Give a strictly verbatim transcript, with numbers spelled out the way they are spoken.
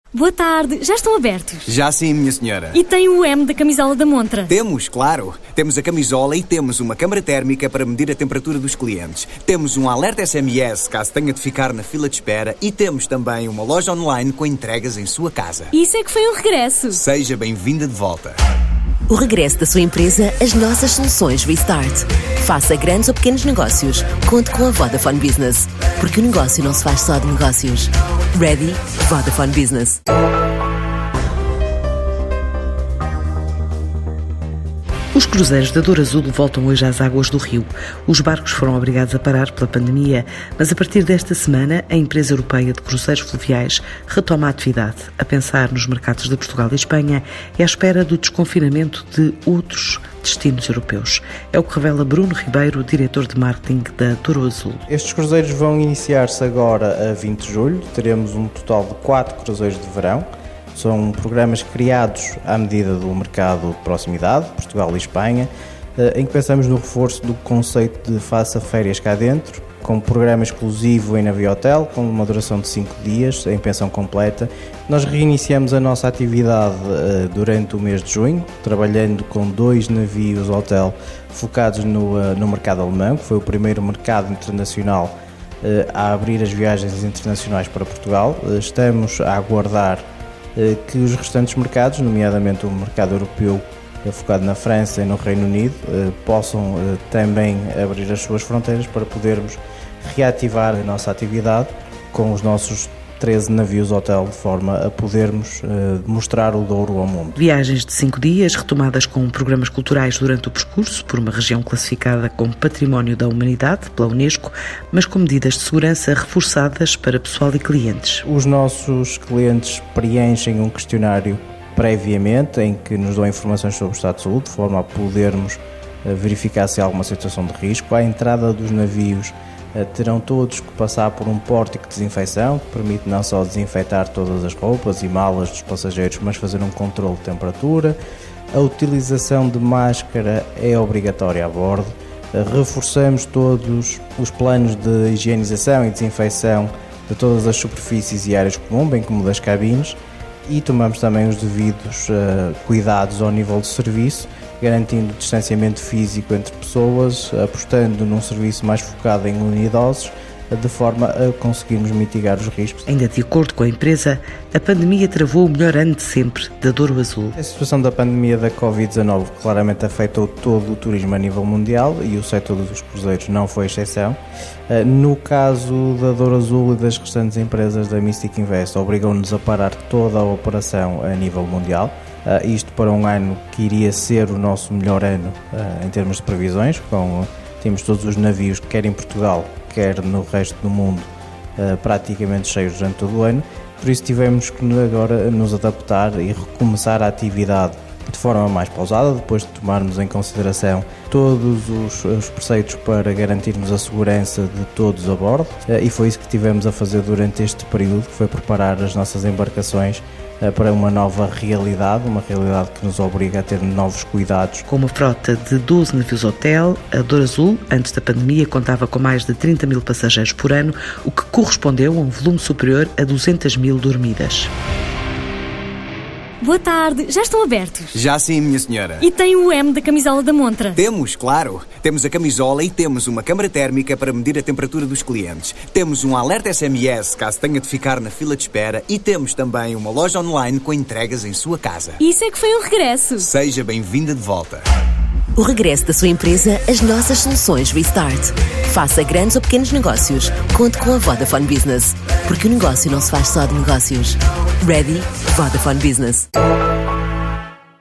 Boa tarde, já estão abertos? Já sim, minha senhora. E tem o M da camisola da montra? Temos, claro. Temos a camisola e temos uma câmara térmica para medir a temperatura dos clientes. Temos um alerta S M S caso tenha de ficar na fila de espera e temos também uma loja online com entregas em sua casa. Isso é que foi um regresso. Seja bem-vinda de volta. O regresso da sua empresa às nossas soluções Restart. Faça grandes ou pequenos negócios. Conte com a Vodafone Business. Porque o negócio não se faz só de negócios. Ready? Vodafone Business. Os cruzeiros da Douro Azul voltam hoje às águas do Rio. Os barcos foram obrigados a parar pela pandemia, mas a partir desta semana a empresa europeia de cruzeiros fluviais retoma a atividade, a pensar nos mercados de Portugal e Espanha e à espera do desconfinamento de outros destinos europeus. É o que revela Bruno Ribeiro, diretor de marketing da Douro Azul. Estes cruzeiros vão iniciar-se agora a vinte de julho. Teremos um total de quatro cruzeiros de verão. São programas criados à medida do mercado de proximidade, Portugal e Espanha, em que pensamos no reforço do conceito de faça férias cá dentro, com um programa exclusivo em navio hotel, com uma duração de cinco dias, em pensão completa. Nós reiniciamos a nossa atividade durante o mês de junho, trabalhando com dois navios hotel focados no, no mercado alemão, que foi o primeiro mercado internacional a abrir as viagens internacionais para Portugal. Estamos a aguardar que os restantes mercados, nomeadamente o mercado europeu focado na França e no Reino Unido, possam também abrir as suas fronteiras para podermos reativar a nossa atividade com os nossos treze navios hotel, de forma a podermos mostrar o Douro ao mundo. Viagens de cinco dias, retomadas com programas culturais durante o percurso, por uma região classificada como Património da Humanidade pela Unesco, mas com medidas de segurança reforçadas para pessoal e clientes. Os nossos clientes preenchem um questionário previamente, em que nos dão informações sobre o estado de saúde, de forma a podermos verificar se há alguma situação de risco. À entrada dos navios, terão todos que passar por um pórtico de desinfecção, que permite não só desinfetar todas as roupas e malas dos passageiros, mas fazer um controle de temperatura. A utilização de máscara é obrigatória a bordo. Reforçamos todos os planos de higienização e desinfecção de todas as superfícies e áreas comuns, bem como das cabines, e tomamos também os devidos uh, cuidados ao nível de serviço, garantindo distanciamento físico entre pessoas, apostando num serviço mais focado em unidosos, de forma a conseguirmos mitigar os riscos. Ainda de acordo com a empresa, a pandemia travou o melhor ano de sempre da Douro Azul. A situação da pandemia da covid dezanove claramente afetou todo o turismo a nível mundial e o setor dos cruzeiros não foi exceção. No caso da Douro Azul e das restantes empresas da Mystic Invest, obrigou-nos a parar toda a operação a nível mundial. Uh, isto para um ano que iria ser o nosso melhor ano uh, em termos de previsões, com, temos todos os navios, quer em Portugal, quer no resto do mundo, uh, praticamente cheios durante todo o ano. Por isso tivemos que agora nos adaptar e recomeçar a atividade de forma mais pausada, depois de tomarmos em consideração todos os, os preceitos para garantirmos a segurança de todos a bordo, uh, e foi isso que tivemos a fazer durante este período, que foi preparar as nossas embarcações para uma nova realidade, uma realidade que nos obriga a ter novos cuidados. Com uma frota de doze navios hotel, a Douro Azul, antes da pandemia, contava com mais de trinta mil passageiros por ano, o que correspondeu a um volume superior a duzentas mil dormidas. Boa tarde, já estão abertos? Já sim, minha senhora. E tem o M da camisola da montra? Temos, claro. Temos a camisola e temos uma câmara térmica para medir a temperatura dos clientes. Temos um alerta S M S caso tenha de ficar na fila de espera e temos também uma loja online com entregas em sua casa. Isso é que foi um regresso. Seja bem-vinda de volta. O regresso da sua empresa às nossas soluções Restart. Faça grandes ou pequenos negócios. Conte com a Vodafone Business. Porque o negócio não se faz só de negócios. Ready? Vodafone Business.